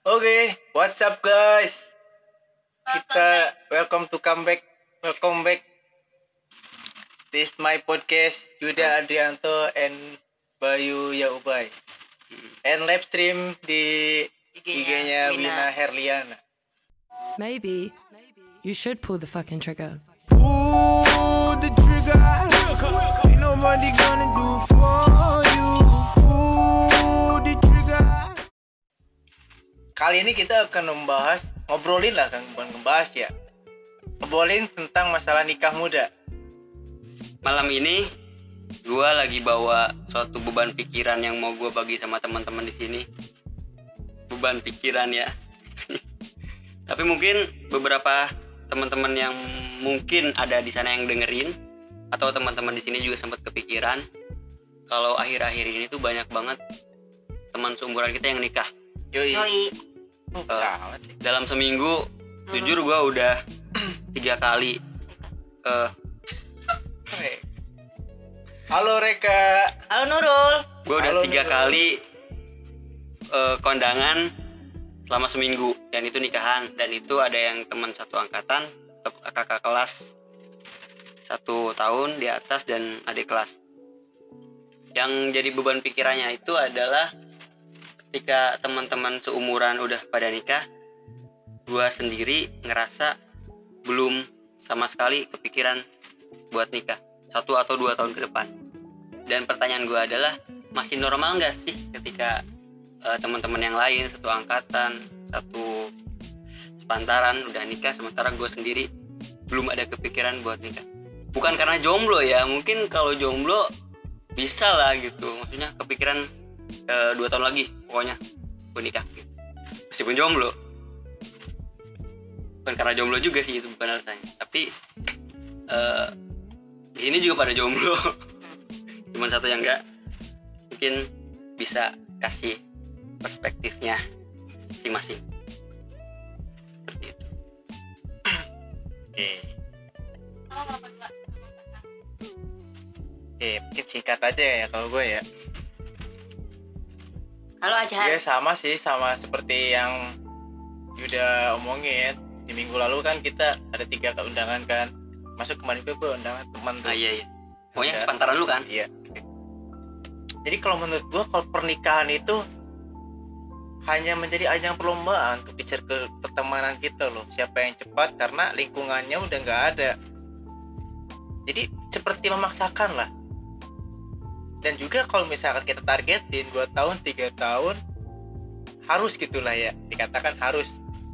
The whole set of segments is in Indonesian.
Oke, what's up guys? Kita welcome back. This my podcast Yuda Adrianto and Bayu Yaubay. And live stream di IG-nya Wina Herliana. Maybe you should pull the fucking trigger. Pull the trigger. Ain't nobody gonna do for you. Pull the trigger. Kali ini kita akan ngobrolin tentang masalah nikah muda. Malam ini gue lagi bawa suatu beban pikiran yang mau gue bagi sama teman-teman di sini. Beban pikiran ya. Tapi mungkin beberapa teman-teman yang mungkin ada di sana yang dengerin atau teman-teman di sini juga sempat kepikiran kalau akhir-akhir ini tuh banyak banget teman seumuran kita yang nikah. Yoi. Sama sih. Dalam seminggu jujur gue udah 3 kali Halo Reka. Halo Nurul. gue udah 3 kali kondangan selama seminggu, dan itu nikahan, dan itu ada yang teman satu angkatan, kakak kelas 1 tahun di atas, dan adik kelas. Yang jadi beban pikirannya itu adalah ketika teman-teman seumuran udah pada nikah, gue sendiri ngerasa belum sama sekali kepikiran buat nikah 1 atau 2 tahun ke depan. Dan pertanyaan gue adalah, masih normal nggak sih ketika teman-teman yang lain satu angkatan, satu sepantaran udah nikah, sementara gue sendiri belum ada kepikiran buat nikah? Bukan karena jomblo ya, mungkin kalau jomblo bisa lah gitu, maksudnya kepikiran 2 tahun lagi pokoknya gue nikah gitu. Meskipun jomblo, bukan karena jomblo juga sih, itu bukan alasannya. Tapi di sini juga pada jomblo. Cuman satu yang enggak. Mungkin bisa kasih perspektifnya masing-masing. Seperti itu. Oke, mungkin singkat aja ya kalau gue ya. Halo Ajar. Ya sama seperti yang Yuda omongin. Di minggu lalu kan kita ada 3 undangan kan. Masuk kemarin gue undangan teman tuh. Iya. Pokoknya sepantaran lu kan? Iya. Jadi kalau menurut gue, kalau pernikahan itu hanya menjadi ajang perlombaan untuk di circle pertemanan kita loh. Siapa yang cepat, karena lingkungannya udah nggak ada. Jadi seperti memaksakan lah. Dan juga kalau misalkan kita targetin 2 tahun, 3 tahun, harus gitulah ya. Dikatakan harus.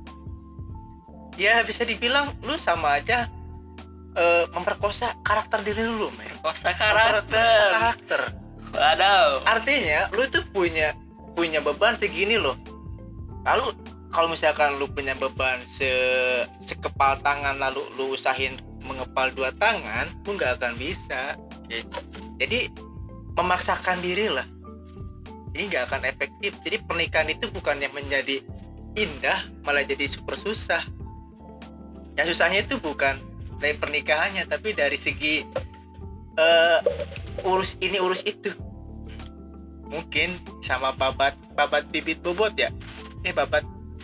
Ya bisa dibilang lu sama aja memperkosa karakter diri lu, men. Memperkosa karakter. Waduh. Artinya lu tuh punya beban segini loh. Lalu kalau misalkan lu punya beban sekepal tangan, lalu lu usahin mengepal 2 tangan, lu nggak akan bisa. Okay. Jadi memaksakan diri lah. Jadi nggak akan efektif. Jadi pernikahan itu bukannya menjadi indah, malah jadi super susah. Yang susahnya itu bukan dari pernikahannya, tapi dari segi urus ini urus itu. Mungkin sama babat bibit bobot ya. Babat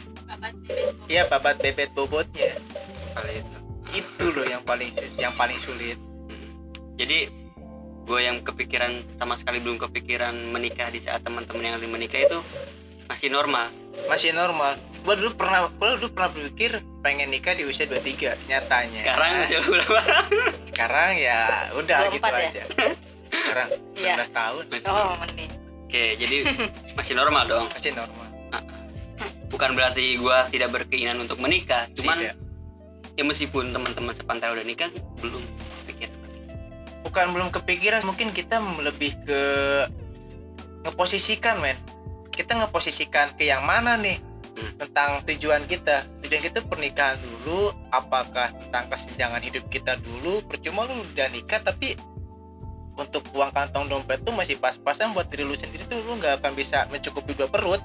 bebet bobotnya. Kali itu. Itu loh yang paling sulit. Jadi gue yang kepikiran sama sekali belum kepikiran menikah di saat teman-teman yang lagi menikah itu masih normal. Gue dulu pernah berpikir pengen nikah di usia 23. Nyatanya sekarang usia berapa? Sekarang ya udah gitu ya? aja. Sekarang 19 tahun. Mending. Oke, jadi masih normal dong. Masih normal. Bukan berarti gue tidak berkeinginan untuk menikah, cuman tidak. Ya meskipun teman-teman sepantaran udah nikah, belum kepikiran. Bukan belum kepikiran, mungkin kita lebih ke ngeposisikan, men. Kita ngeposisikan ke yang mana nih tentang tujuan kita. Tujuan kita pernikahan dulu, apakah tentang kesenjangan hidup kita dulu. Percuma lu udah nikah tapi untuk uang kantong dompet tuh masih pas-pasan buat diri lu sendiri tuh, lu nggak akan bisa mencukupi 2 perut.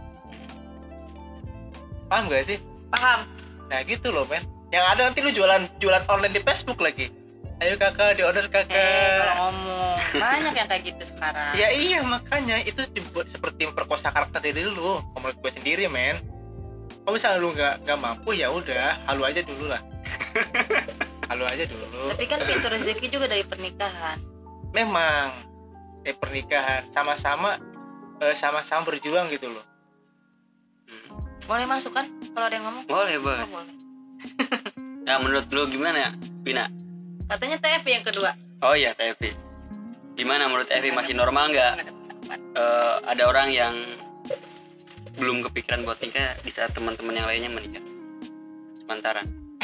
Paham gak sih? Paham. Nah gitu loh, men. Yang ada nanti lu jualan online di Facebook lagi. Ayo kakak, di order kakak. Kalau ngomong banyak yang kayak gitu sekarang. Ya iya, makanya itu seperti memperkosa karakter diri lu. Menurut gue sendiri, men. kalau misalnya lu nggak mampu ya udah halu aja dulu lah. Halu aja dulu. Tapi kan pintu rezeki juga dari pernikahan. Memang pernikahan sama-sama berjuang gitu loh. Boleh masuk kan kalau ada yang ngomong? Boleh. Oh, boleh. Nah, menurut lu gimana ya, Vina? Katanya TF yang kedua. Oh iya, Tevi. Gimana menurut Tevi, masih normal nggak Nggak ada pendapat. ada orang yang belum kepikiran buat nikah di saat teman-teman yang lainnya menikah sementara?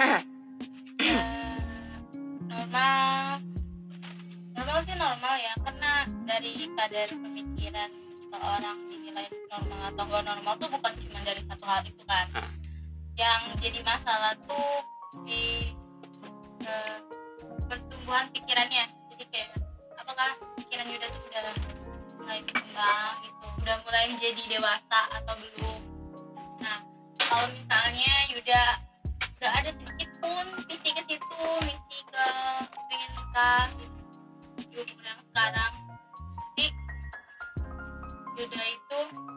Normal sih normal ya, karena dari kadar pemikiran seorang dinilai normal atau enggak normal tuh bukan cuma dari satu hal itu kan. Yang jadi masalah tuh di pertumbuhan pikirannya. Jadi kayak apakah pikiran Yuda tuh udah mulai berkembang gitu, udah mulai menjadi dewasa atau belum. Nah, kalau misalnya Yuda gak ada sedikit pun misi ke situ, misi ke pengen nikah gitu, di umur yang sekarang, jadi Yuda itu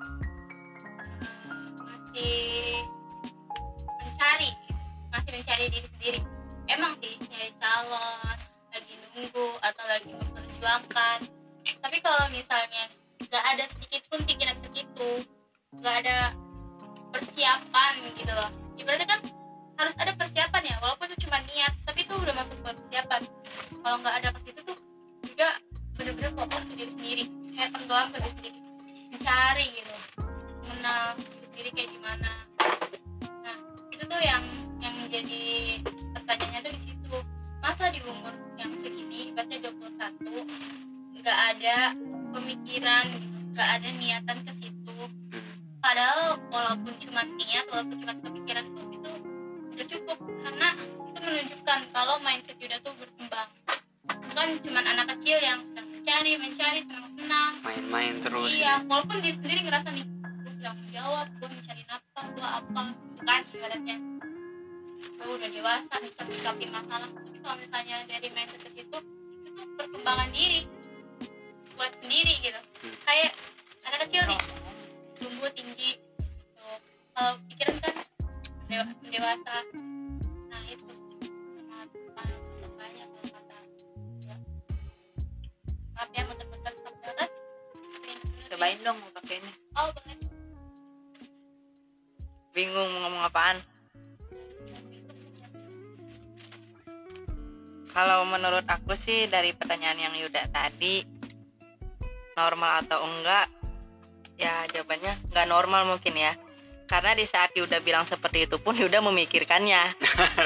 masih mencari diri sendiri. Emang sih nyari calon, lagi nunggu atau lagi memperjuangkan. Tapi kalau misalnya gak ada sedikit pun pikiran ke situ, gak ada persiapan gitu loh. Ibaratnya kan harus ada persiapan ya, walaupun itu cuma niat, tapi itu udah masuk persiapan. Kalau nggak ada ke situ tuh juga bener-bener fokus ke diri sendiri, kayak tenggelam ke diri sendiri, mencari gitu, mengenal diri sendiri kayak gimana. Nah, itu tuh yang jadi pertanyaannya tuh di situ. Masa di umur yang segini, ibaratnya 21, nggak ada pemikiran gitu, nggak ada niatan ke situ. Padahal walaupun cuma niat, walaupun cuma kepikiran tuh itu udah cukup, karena itu menunjukkan kalau mindset Yuda tuh berkembang. Bukan cuma anak kecil yang sedang mencari, senang-senang, Main-main terus. iya, walaupun diri sendiri ngerasa nih, gue tanggung jawab, gue mencari nafkah, gue apa, bukan ibaratnya gue udah dewasa bisa menyikapi masalah. Tapi kalau misalnya dari mindset ke situ, itu tuh perkembangan diri buat sendiri gitu. Kayak anak kecil nih, tumbuh tinggi tuh, kalau pikiran kan dewasa. Nah itu sangat banyak kalau kata ya. Maaf ya muter-muter sampai Cobain dong mau pakai ini. oh boleh. Bingung mau ngomong apaan. Kalau menurut aku sih dari pertanyaan yang Yuda tadi, normal atau enggak, ya jawabannya enggak normal mungkin ya. Karena di saat Yuda bilang seperti itu pun Yuda memikirkannya.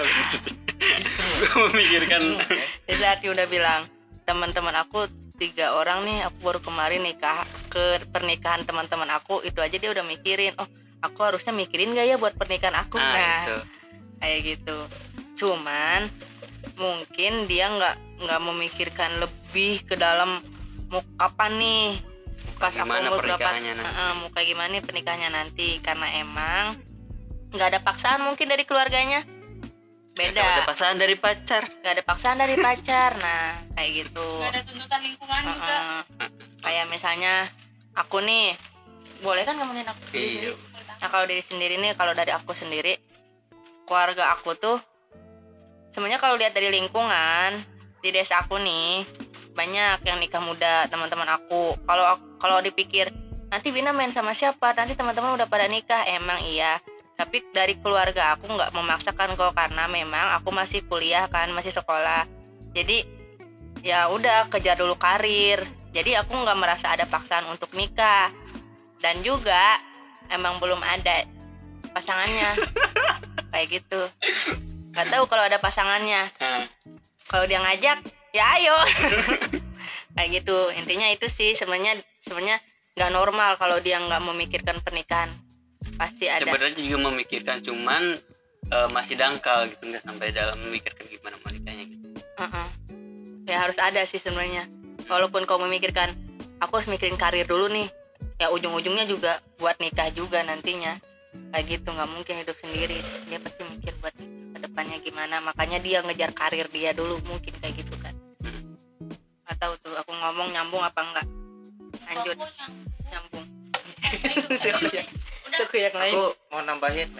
Gue memikirkan. Di saat Yuda bilang, teman-teman aku 3 orang nih, aku baru kemarin nikah ke pernikahan teman-teman aku, itu aja dia udah mikirin, oh aku harusnya mikirin gak ya buat pernikahan aku. Itu. Kayak gitu. Cuman mungkin dia nggak memikirkan lebih ke dalam mau kapan nih pas aku Gimana umur berapa, pernikahannya nanti. mau kayak gimana nih pernikahannya nanti, karena emang nggak ada paksaan mungkin dari keluarganya. Beda. Ada paksaan dari pacar. Nggak ada paksaan dari pacar. Nah kayak gitu. Nggak ada tuntutan lingkungan juga. Kayak misalnya aku nih, boleh kan ngomongin aku diri Iya. sendiri? Nah kalau diri sendiri nih, kalau dari aku sendiri, keluarga aku tuh sebenarnya kalau lihat dari lingkungan di desa aku nih banyak yang nikah muda teman-teman aku. Kalau dipikir nanti Bina main sama siapa, nanti teman-teman udah pada nikah, emang iya. Tapi dari keluarga aku nggak memaksakan kok, karena memang aku masih kuliah kan, masih sekolah. Jadi ya udah kejar dulu karir. Jadi aku nggak merasa ada paksaan untuk nikah. Dan juga emang belum ada pasangannya. Kayak gitu. Gak tahu kalau ada pasangannya. Kalau dia ngajak, ya ayo. Kayak gitu. Intinya itu sih sebenarnya nggak normal kalau dia nggak memikirkan pernikahan. Pasti ada. Sebenarnya juga memikirkan, cuman masih dangkal gitu, nggak sampai dalam memikirkan gimana mau nikahnya gitu. Ya harus ada sih sebenarnya. Walaupun kau memikirkan, aku harus mikirin karir dulu nih. Ya ujung-ujungnya juga buat nikah juga nantinya. Kayak gitu, nggak mungkin hidup sendiri. Dia pasti mikir buat kedepannya gimana. Makanya dia ngejar karir dia dulu, mungkin kayak gitu kan. Nggak tahu tuh aku ngomong nyambung apa enggak. Lanjut. Aku yang Nyambung. udah Suku yang lain. Aku mau nambahin men,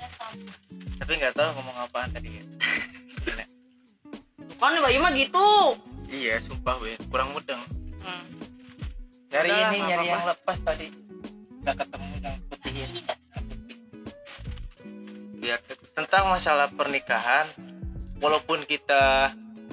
Iya sama. Tapi nggak tahu ngomong apaan tadi ya. Gila. Kan Bayu mah gitu. Iya, sumpah Win, kurang mudeng. Nyari Udahlah, ini, nggak nyari apa-apa. yang lepas tadi. Nggak ketemu yang putihin. Biar Tentang masalah pernikahan, walaupun kita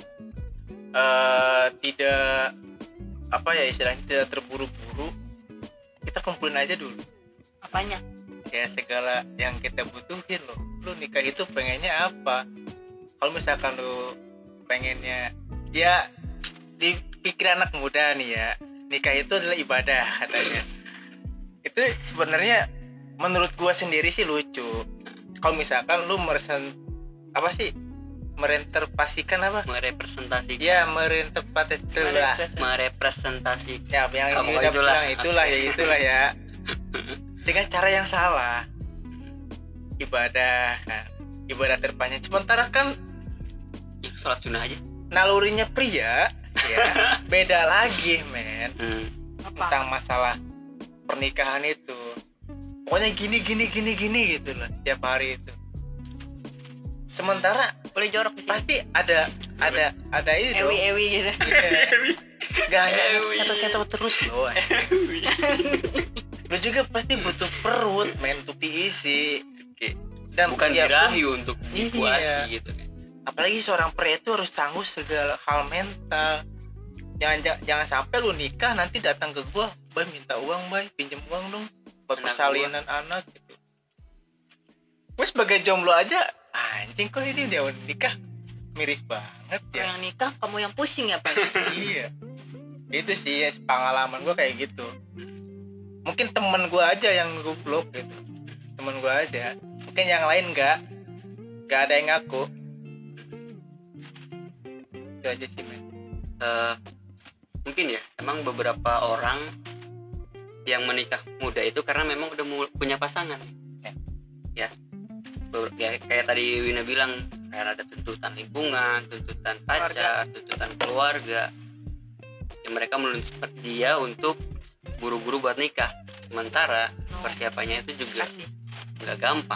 tidak apa ya istilahnya tidak terburu-buru, kita kumpulin aja dulu. Apanya? Ya segala yang kita butuhin loh. Lu nikah itu pengennya apa? Kalau misalkan lu pengennya ya dipikir anak muda nih ya, nikah itu adalah ibadah katanya. Itu sebenarnya menurut gua sendiri sih lucu. Kalau misalkan lu merepresentasikan apa? merepresentasikan Ya merepresentasikan merepresentasikan ya yang Kamu udah itulah. bilang itulah ya dengan cara yang salah, ibadah kan, ibadah terpanjang. Sementara kan ya, sholat sunnah aja. nalurinya pria ya beda lagi men. Apa? Tentang masalah pernikahan itu pokoknya gini gitu loh tiap hari itu. Sementara Boleh jorok di sini. pasti ada ini dong. Ewi gitu. Gak hanya Ewi. ketok terus loh. Lu juga pasti butuh perut men untuk diisi. Oke. Dan Bukan pria pun- dirayu untuk dipuasi Iya. gitu kan. apalagi seorang pria itu harus tangguh segala hal mental. Jangan sampai lu nikah nanti datang ke gua, "Bay, minta uang, Bay, pinjem uang dong buat Anak persalinan anak," gitu. Gue sebagai jomblo aja anjing kok ini dia udah nikah miris banget Kalau ya. yang nikah kamu yang pusing ya Pak? Iya, itu sih ya, pengalaman gue kayak gitu. Mungkin temen gue aja yang goblok gitu, temen gue aja. Mungkin yang lain nggak ada yang ngaku. Itu aja sih men. Mungkin ya emang beberapa orang yang menikah muda itu karena memang udah punya pasangan ya. Kayak tadi Wina bilang, karena ada tuntutan lingkungan, tuntutan pacar, tuntutan keluarga, yang mereka menuntut dia untuk buru-buru buat nikah. Sementara persiapannya itu juga Kasih. nggak gampang.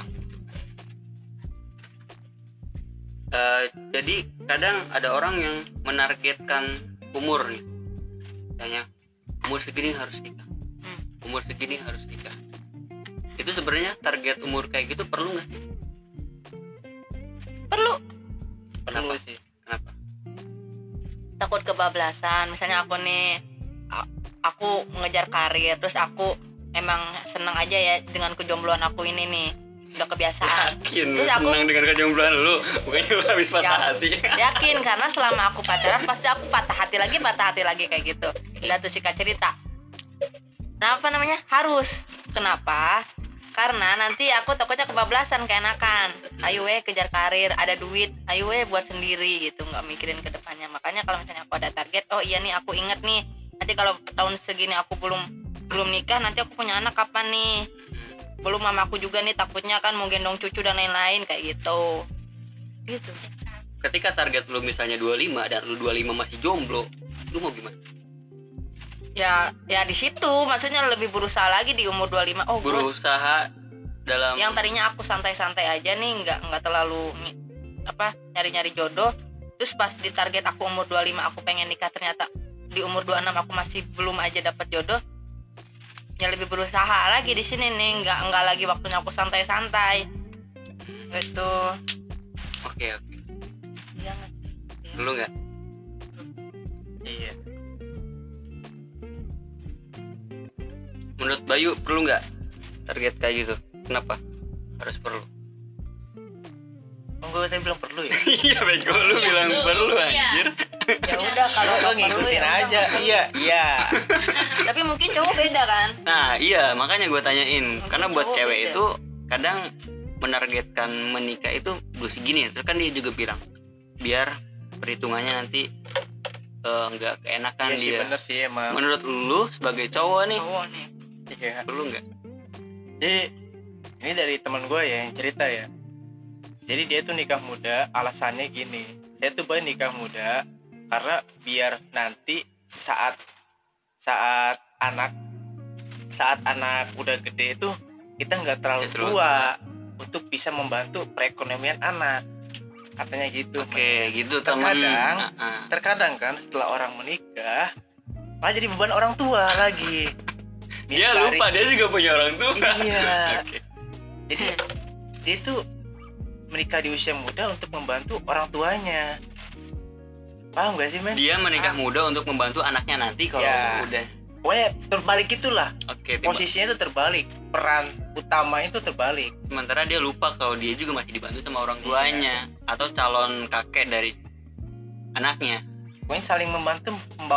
Jadi kadang ada orang yang menargetkan umur nih, tanya umur segini harus nikah, umur segini harus nikah. Itu sebenarnya target umur kayak gitu perlu nggak sih? Perlu. Perlu Kenapa? sih. Kenapa? Takut kebablasan. Misalnya aku nih, aku ngejar karir, terus aku emang seneng aja ya dengan kejombloan aku ini nih, udah kebiasaan. Yakin lu Terus aku- senang dengan kejombloan lu, bukannya lu habis patah Ya. hati? Yakin, karena selama aku pacaran pasti aku patah hati lagi kayak gitu. Dan tuh si Kak cerita, kenapa namanya harus? Kenapa? Karena nanti aku takutnya kebablasan, keenakan. Ayo weh kejar karir, ada duit, ayo weh buat sendiri gitu, nggak mikirin ke depannya. Makanya kalau misalnya aku ada target, oh iya nih aku inget nih, nanti kalau tahun segini aku belum nikah, nanti aku punya anak kapan nih? Belum mamaku juga nih, takutnya kan mau gendong cucu dan lain-lain kayak gitu. Gitu. Ketika target lu misalnya 25 dan lu 25 masih jomblo, lu mau gimana? Ya di situ maksudnya lebih berusaha lagi di umur 25. Oh, gua Berusaha dalam yang tadinya aku santai-santai aja nih, nggak terlalu nyari-nyari jodoh, terus pas di target aku umur 25 aku pengen nikah, ternyata di umur 26 aku masih belum aja dapat jodoh. Ya lebih berusaha lagi di sini nih, nggak lagi waktunya aku santai-santai gitu. Oke. Iya nggak sih? Lu nggak? Iya. Menurut Bayu perlu nggak target kayak gitu? Kenapa harus perlu? Oh, gue tadi bilang perlu ya. Iya bego, lu Iya, bilang lu. perlu Iya. anjir. Ya udah kalau Gue nggak perlu ngikutin ya aja. udah. Iya. Tapi mungkin cowok beda kan? Nah iya makanya gue tanyain, Mungkin karena buat cowok cewek beda. itu kadang menargetkan menikah itu dulu segini. Terus kan dia juga bilang biar perhitungannya nanti nggak keenakan Iya sih dia. bener sih emang. Menurut lu sebagai cowok nih Cowok nih. Iya. perlu nggak? Jadi ini dari teman gue ya yang cerita ya. Jadi dia tuh nikah muda, alasannya gini. Saya tuh baru nikah muda karena biar nanti saat anak udah gede itu kita nggak terlalu Nggak terlalu tua untuk untuk bisa membantu perekonomian anak, katanya gitu. Oke, gitu teman. Terkadang kan setelah orang menikah malah jadi beban orang tua lagi. Dia lupa dia juga punya orang tua. Iya. Oke. Jadi dia itu menikah di usia muda untuk membantu orang tuanya. Paham gak sih, men? Dia menikah muda untuk membantu anaknya nanti kalau Ya. udah. Pokoknya terbalik itulah. Oke, Posisinya itu terbalik. Peran utama itu terbalik. sementara dia lupa kalau dia juga masih dibantu sama orang tuanya atau calon kakek dari anaknya. Pokoknya saling membantu,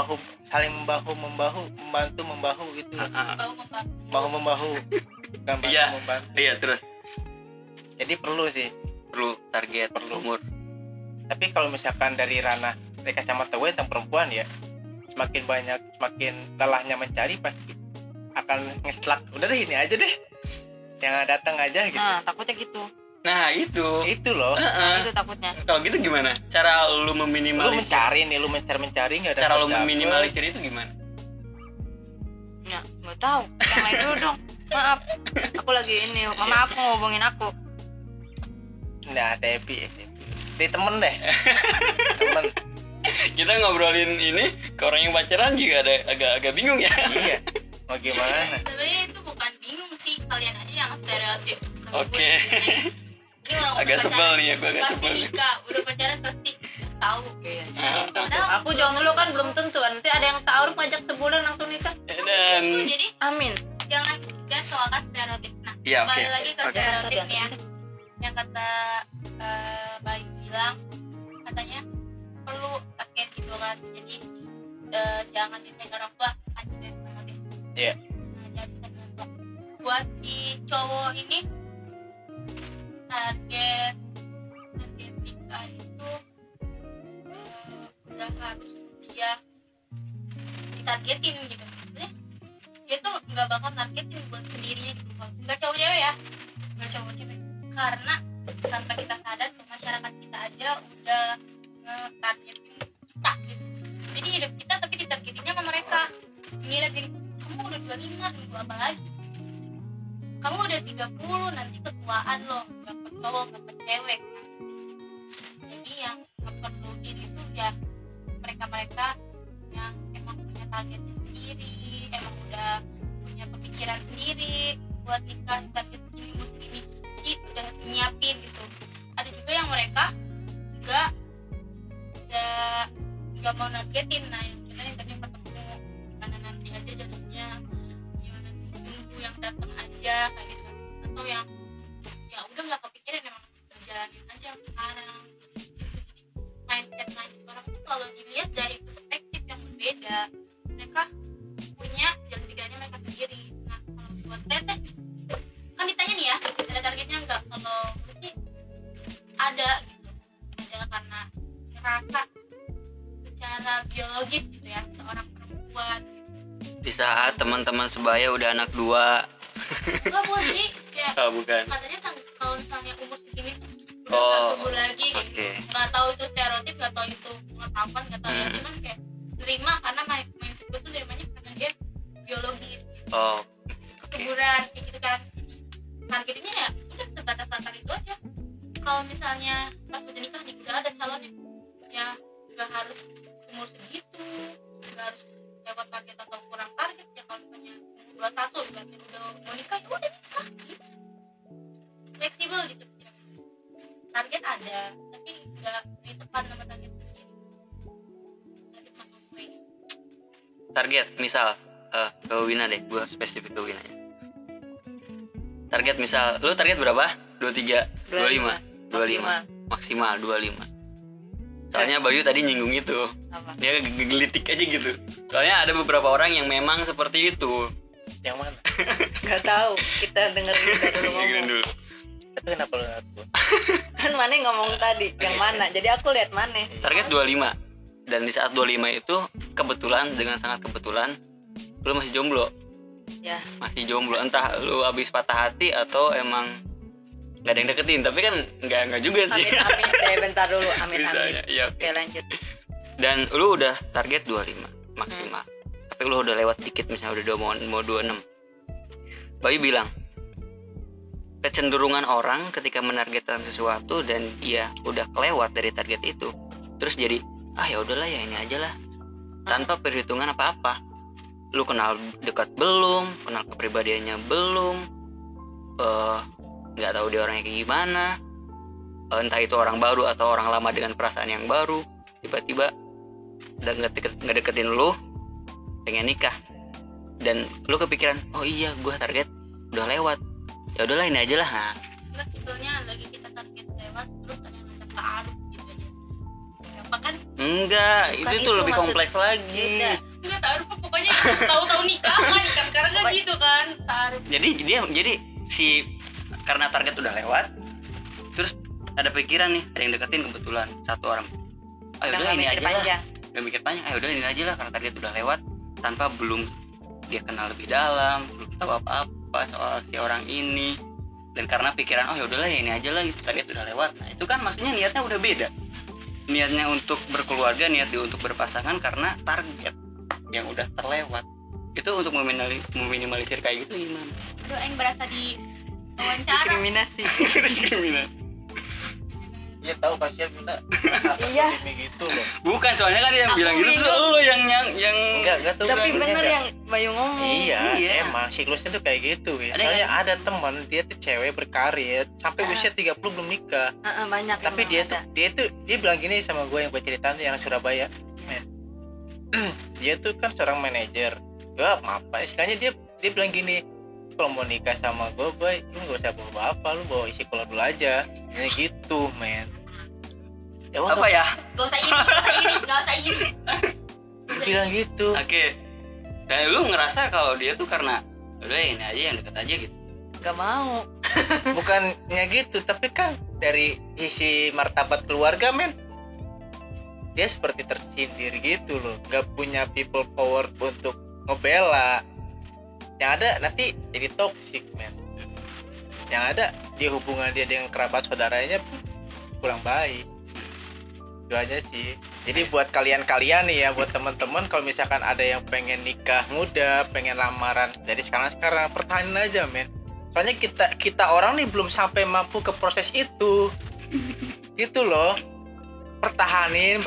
membahu gitu. Bau membah. Bahu-membahu. Bukan Iya. membantu. Iya, terus Jadi perlu sih. perlu target umur. Tapi kalau misalkan dari ranah kacamata gue tentang perempuan ya, semakin lelahnya mencari pasti akan ngeslak. Udah deh, ini aja deh, yang datang aja gitu. Nah, takutnya gitu. Nah, itu. Itu loh. Itu takutnya. Kalau gitu gimana? Cara lu Lu meminimalisir? mencari nih, lu mencari nggak ada. Cara lu meminimalisir itu gimana? Ya, nggak tahu. Yang lain dulu dong. Maaf. Aku lagi ini. Mama aku ngomongin aku. Nah, tapi temen deh. Temen. Kita ngobrolin ini ke orang yang pacaran juga ada agak bingung ya. Iya. Mau gimana? Sebenarnya itu bukan bingung sih, kalian aja yang stereotip. Kalau Oke. gue, ini orang Agak udah sebel pacaran, nih, aku agak pasti sebel nih. nikah, udah pacaran pasti tahu. Iya. Padahal Aku jomblo kan belum tentu. Nanti ada yang taruh ngajak sebulan langsung nikah. Dan itu jadi Amin. jangan soalkan stereotip. Nah, Iya, oke. balik lagi ke Oke. stereotip nih ya. Yang kata Bayu bilang, katanya perlu target gitu kan. Jadi jangan nyusahin orang tua, kan dari banget ya. Iya. Nah, jangan nyusahin orang tua. Buat si cowok ini target nikah itu udah harus dia ditargetin gitu. Maksudnya dia tuh nggak bakal targetin buat sendirinya gitu. Nggak cowok cewek ya, nggak cowok cewek, karena tanpa kita sadar tuh masyarakat kita aja udah nge-targetin kita gitu. Jadi hidup kita tapi ditargetinnya sama mereka. Ngeliat gini, kamu udah 25, nunggu apa lagi? Kamu udah 30, nanti ketuaan loh, nggak ke cowok, nggak ke cewek. Jadi yang ngeperluin itu ya mereka-mereka yang emang punya targetnya sendiri, emang udah punya pemikiran sendiri buat nikah, target ini umur segini, jadi udah nyiapin gitu. Ada juga yang mereka nggak mau nargetin. Nah, yang kita yang tadi ketemu gimana nanti aja jadinya, gimana nunggu yang datang aja kayak gitu, atau yang ya udah nggak kepikiran, emang ngejalanin aja yang sekarang. Mindset orang itu kalau dilihat dari perspektif yang berbeda, mereka punya jalan pikirannya mereka sendiri. Nah, kalau buat teteh kan ditanya nih ya, ada targetnya nggak? Kalau gue sih ada gitu, ada karena ngerasa secara biologis gitu ya, seorang perempuan gitu. Di saat teman-teman sebaya udah anak 2. Nggak buat sih kayak Oh, bukan. katanya kalau misalnya umur segini tuh udah nggak subur lagi gitu. Oke. Nggak tahu itu stereotip, nggak tahu itu pengetahuan, nggak tahu ya, cuman kayak nerima karena mindset gue tuh nerimanya karena dia biologis gitu. Oh, Kesuburan kayak gitu kan. Targetnya ya udah sebatas antar itu aja. Kalau misalnya pas udah nikah nih udah ada calonnya, ya nggak harus umur segitu, nggak harus lewat target atau kurang target ya. Kalau misalnya umur 21 berarti udah mau nikah, ya udah nikah gitu. Fleksibel gitu. Target ada, tapi nggak ditekan sama target sendiri. Target maksud gue. target misal ke Wina deh, gue spesifik ke Wina ya. Target misal, lu target berapa? 23, 25 maksimal 25. Soalnya Bayu tadi nyinggung itu, Apa? dia gelitik aja gitu. Soalnya ada beberapa orang yang memang seperti itu. Yang mana? Nggak tahu. Kita dengerin kita dulu Dengerin ngomong. dulu. Tapi kenapa lu ngaku? Kan Mane ngomong tadi yang mana. Jadi aku lihat Mane. Target 25. Dan di saat 25 itu kebetulan, dengan sangat kebetulan, lu masih jomblo. Ya. Masih jomblo, entah lu habis patah hati atau emang nggak ada yang deketin. Tapi kan nggak juga sih. Amin. Bentar dulu. Amin. Bisanya, iya, oke. Oke, lanjut. Dan lu udah target 25 maksimal. Tapi lu udah lewat dikit, misalnya udah mau 26. Bayu bilang, kecenderungan orang ketika menargetkan sesuatu dan dia udah kelewat dari target itu, terus jadi ya udahlah ya ini aja lah, tanpa perhitungan apa-apa. Lu kenal dekat belum, kenal kepribadiannya belum, nggak tahu dia orangnya kayak gimana, entah itu orang baru atau orang lama dengan perasaan yang baru, tiba-tiba udah ngedeketin lu, pengen nikah, dan lu kepikiran oh iya gue target udah lewat, ya udahlah ini aja lah. Nah, Enggak, simpelnya lagi kita target lewat terus ada yang ngajak taaruf gitu aja sih. Apa kan? enggak, Bukan itu itu lebih maksud- kompleks lagi. Beda. Enggak taaruf pokoknya tahu-tahu nikah kan, nikah sekarang kan gitu kan, taaruf. Jadi si karena target udah lewat, terus ada pikiran nih, ada yang deketin kebetulan satu orang. Ayo Udah udah nggak ini mikir aja lah. panjang. Gak mikir panjang, ayo udah ini aja lah karena target udah lewat, tanpa belum dia kenal lebih dalam, belum tahu apa-apa soal si orang ini. Dan karena pikiran ya udahlah ya ini aja lah, gitu, target udah lewat. Nah, itu kan maksudnya niatnya udah beda. Niatnya untuk berkeluarga, niat dia untuk berpasangan karena target yang udah terlewat. Itu untuk meminimalisir kayak gitu gimana? Aduh, aing berasa di wawancara. Diskriminasi. Diskriminasi. Iya tahu kasihan Bunda. Iya. Ini gitu loh. Bukan, soalnya kan dia yang Aku bilang gitu, bingung. terus lu yang Enggak tuh. Tapi benernya bener enggak. yang Bayu ngomong. Iya, Iya. emang siklusnya tuh kayak gitu ya. Ada Soalnya yang- ada teman dia tuh cewek berkarir sampai usia 30 belum nikah. Banyak. Tapi emang dia bilang gini sama gue yang gue ceritain tuh yang Surabaya. Men. Dia tuh kan seorang manajer. Gua apa istilahnya dia bilang gini, kalau mau nikah sama gue, boy, lu gak usah bawa apa, lu bawa isi kolor dulu aja. Ini gitu, men. Ya apa ya? Gak usah iri, gak usah iri, gak usah iri. Dia bilang gitu. Oke. Dan lu ngerasa kalau dia tuh karena udah ini aja yang deket aja gitu. Gak mau. Bukannya gitu, tapi kan dari isi martabat keluarga, men. Dia seperti tersindir gitu loh, gak punya people power untuk ngebela. Yang ada nanti jadi toxic, men. Yang ada dia hubungan dia dengan kerabat saudaranya pun kurang baik. Itu aja sih. Jadi buat kalian-kalian nih ya, buat teman-teman kalau misalkan ada yang pengen nikah muda, pengen lamaran dari sekarang pertahanin aja, men. Soalnya kita orang nih belum sampai mampu ke proses itu. Gitu loh. Bertahan,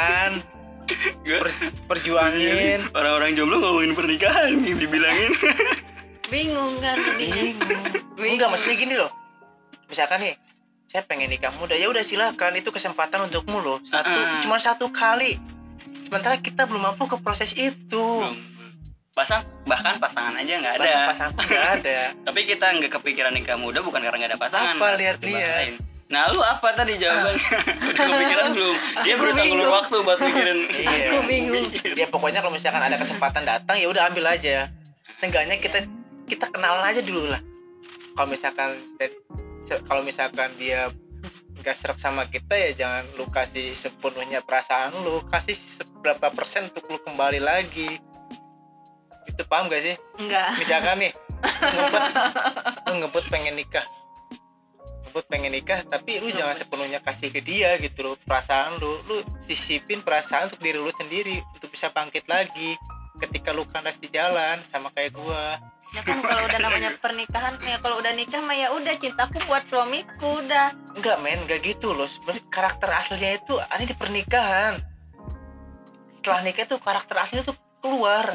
perjuangin. Orang-orang jomblo ngomongin pernikahan dibilangin. Bingung kan ini. Bingung. Enggak, maksudnya gini loh. Misalkan nih, saya pengen nikah muda, ya udah silakan, itu kesempatan untukmu loh. Cuma satu kali. Sementara kita belum mampu ke proses itu. Bahkan pasangan aja nggak ada. Bahkan pasangan nggak ada. Tapi kita nggak kepikiran nikah muda bukan karena nggak ada pasangan. Apa, Mas. lihat. Lain. Nah, lu apa tadi jawabannya? Udah kepikiran belum? Dia Aku berusaha ngulur bingung. waktu buat mikirin. Iya. Aku bingung. Ya pokoknya kalau misalkan ada kesempatan datang, ya udah ambil aja. Seenggaknya kita kenalan aja dulu lah. Kalau misalkan dia nggak serak sama kita, ya jangan lu kasih sepenuhnya perasaan lu, kasih seberapa persen untuk lu kembali lagi. Itu paham gak sih? Enggak. Misalkan nih lu ngebut pengen nikah, tapi lu jangan sepenuhnya kasih ke dia gitu loh, perasaan lu sisipin perasaan untuk diri lu sendiri untuk bisa bangkit lagi ketika lu kandas di jalan, sama kayak gua. Ya kan kalau udah namanya pernikahan, ya kalau udah nikah mah ya udah, cintaku buat suamiku udah. Enggak, men, enggak gitu loh. Sebenarnya karakter aslinya itu ada di pernikahan. Setelah nikah tuh karakter aslinya tuh keluar.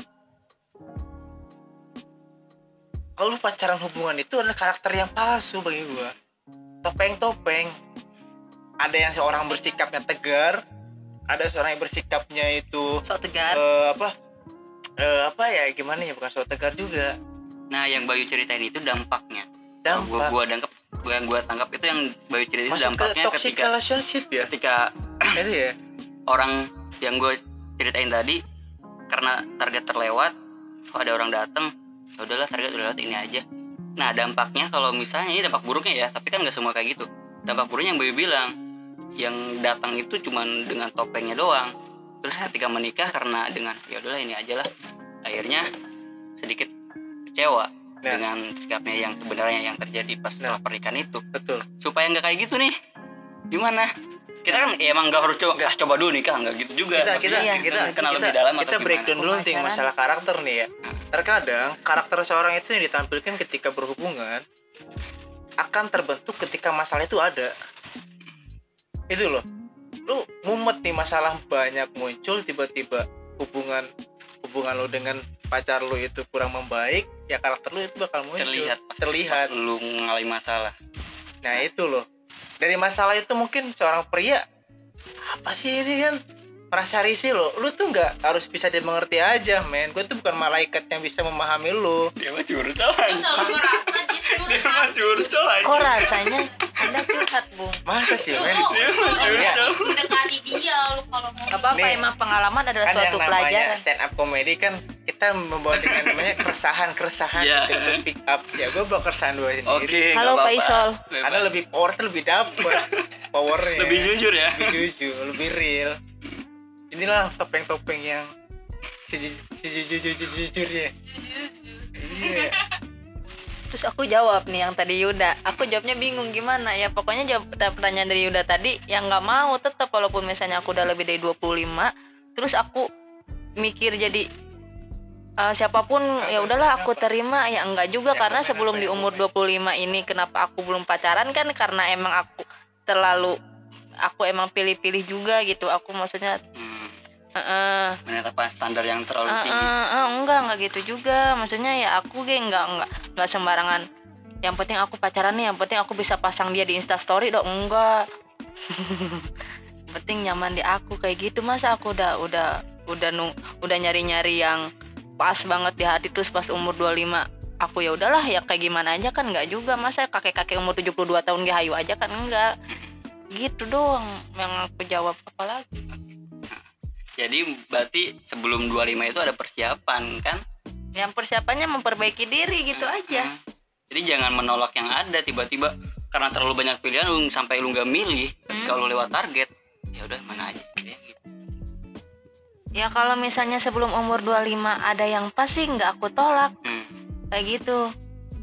Kalau lu pacaran hubungan itu adalah karakter yang palsu bagi gua. Topeng-topeng. Ada yang seorang bersikapnya tegar, ada seorang yang bersikapnya itu Sok tegar. apa ya, gimana ya, bukan so tegar juga. Nah, yang Bayu ceritain itu dampaknya. Dampak. Gua tangkap itu yang Bayu ceritain itu Masuk ke dampaknya toxic ketika relationship ya. Itu ya. orang yang gue ceritain tadi, karena target terlewat, kok ada orang datang, ya udahlah target udah lewat, ini aja. Nah, dampaknya kalau misalnya, ini dampak buruknya ya, tapi kan nggak semua kayak gitu. Dampak buruknya yang Bayu bilang, yang datang itu cuman dengan topengnya doang. Terus ketika menikah karena dengan ya udahlah ini aja lah, akhirnya sedikit kecewa dengan sikapnya yang sebenarnya yang terjadi pas setelah pernikahan itu. Betul. Supaya nggak kayak gitu nih, gimana? Kita kan emang nggak harus coba dulu nikah, nggak gitu juga. Kita kenal lebih dalam kita atau breakdown gimana? dulu ting masalah karakter nih ya. Terkadang karakter seorang itu yang ditampilkan ketika berhubungan akan terbentuk ketika masalah itu ada. Itu loh. Lu mumet nih masalah banyak muncul, tiba-tiba hubungan lo dengan pacar lu itu kurang membaik, ya karakter lu itu bakal muncul. Terlihat. Pas lu mengalami masalah. Nah itu loh. Dari masalah itu mungkin seorang pria, apa sih ini kan, merasa risih lo. Lu tuh nggak harus bisa dimengerti aja, men. Gue tuh bukan malaikat yang bisa memahami lu. Dia mah curcol Lu aja. selalu merasa dia Dia mah curcol aja. Kok rasanya Anda curhat, Bung? Masa sih, men? mendekati dia lu kalau mau. Gak apa-apa, Nih, emang pengalaman adalah Kan suatu yang namanya pelajaran. stand up comedy kan kita membawa dengan namanya keresahan Iya. gitu, terus pick up. Ya gue bawa keresahan gue sendiri. Oke. Halo, nggak Pak apa-apa. Isol. Bebas. Karena lebih power tuh lebih dapet powernya. Lebih jujur ya. Lebih jujur, lebih real. Inilah topeng-topeng yang sejujurnya. Iya. Terus aku jawab nih yang tadi Yuda. Aku jawabnya bingung gimana ya. Pokoknya jawab pertanyaan dari Yuda tadi yang nggak mau tetap, walaupun misalnya aku udah lebih dari 25, terus aku mikir jadi siapapun ya udahlah aku terima, ya enggak juga. Karena sebelum di umur 25 ini kenapa aku belum pacaran kan karena emang aku emang pilih-pilih juga gitu. Aku maksudnya Menetapkan standar yang terlalu tinggi. enggak gitu juga. Maksudnya ya aku enggak sembarangan. Yang penting aku pacaran nih, yang penting aku bisa pasang dia di Insta story dong, enggak. Yang penting nyaman di aku kayak gitu. Masa aku udah nyari-nyari yang pas banget di hati, terus pas umur 25 aku ya udahlah ya kayak gimana aja kan enggak juga. Masa kakek-kakek umur 72 tahun hayu aja kan enggak. Gitu doang yang aku jawab, apalagi. Jadi berarti sebelum 25 itu ada persiapan kan? Yang persiapannya memperbaiki diri gitu aja. Jadi jangan menolak yang ada tiba-tiba karena terlalu banyak pilihan sampai lu nggak milih. Kalau lewat target, ya udah mana aja gitu. Ya kalau misalnya sebelum umur 25 ada yang pas sih nggak aku tolak. Kayak gitu.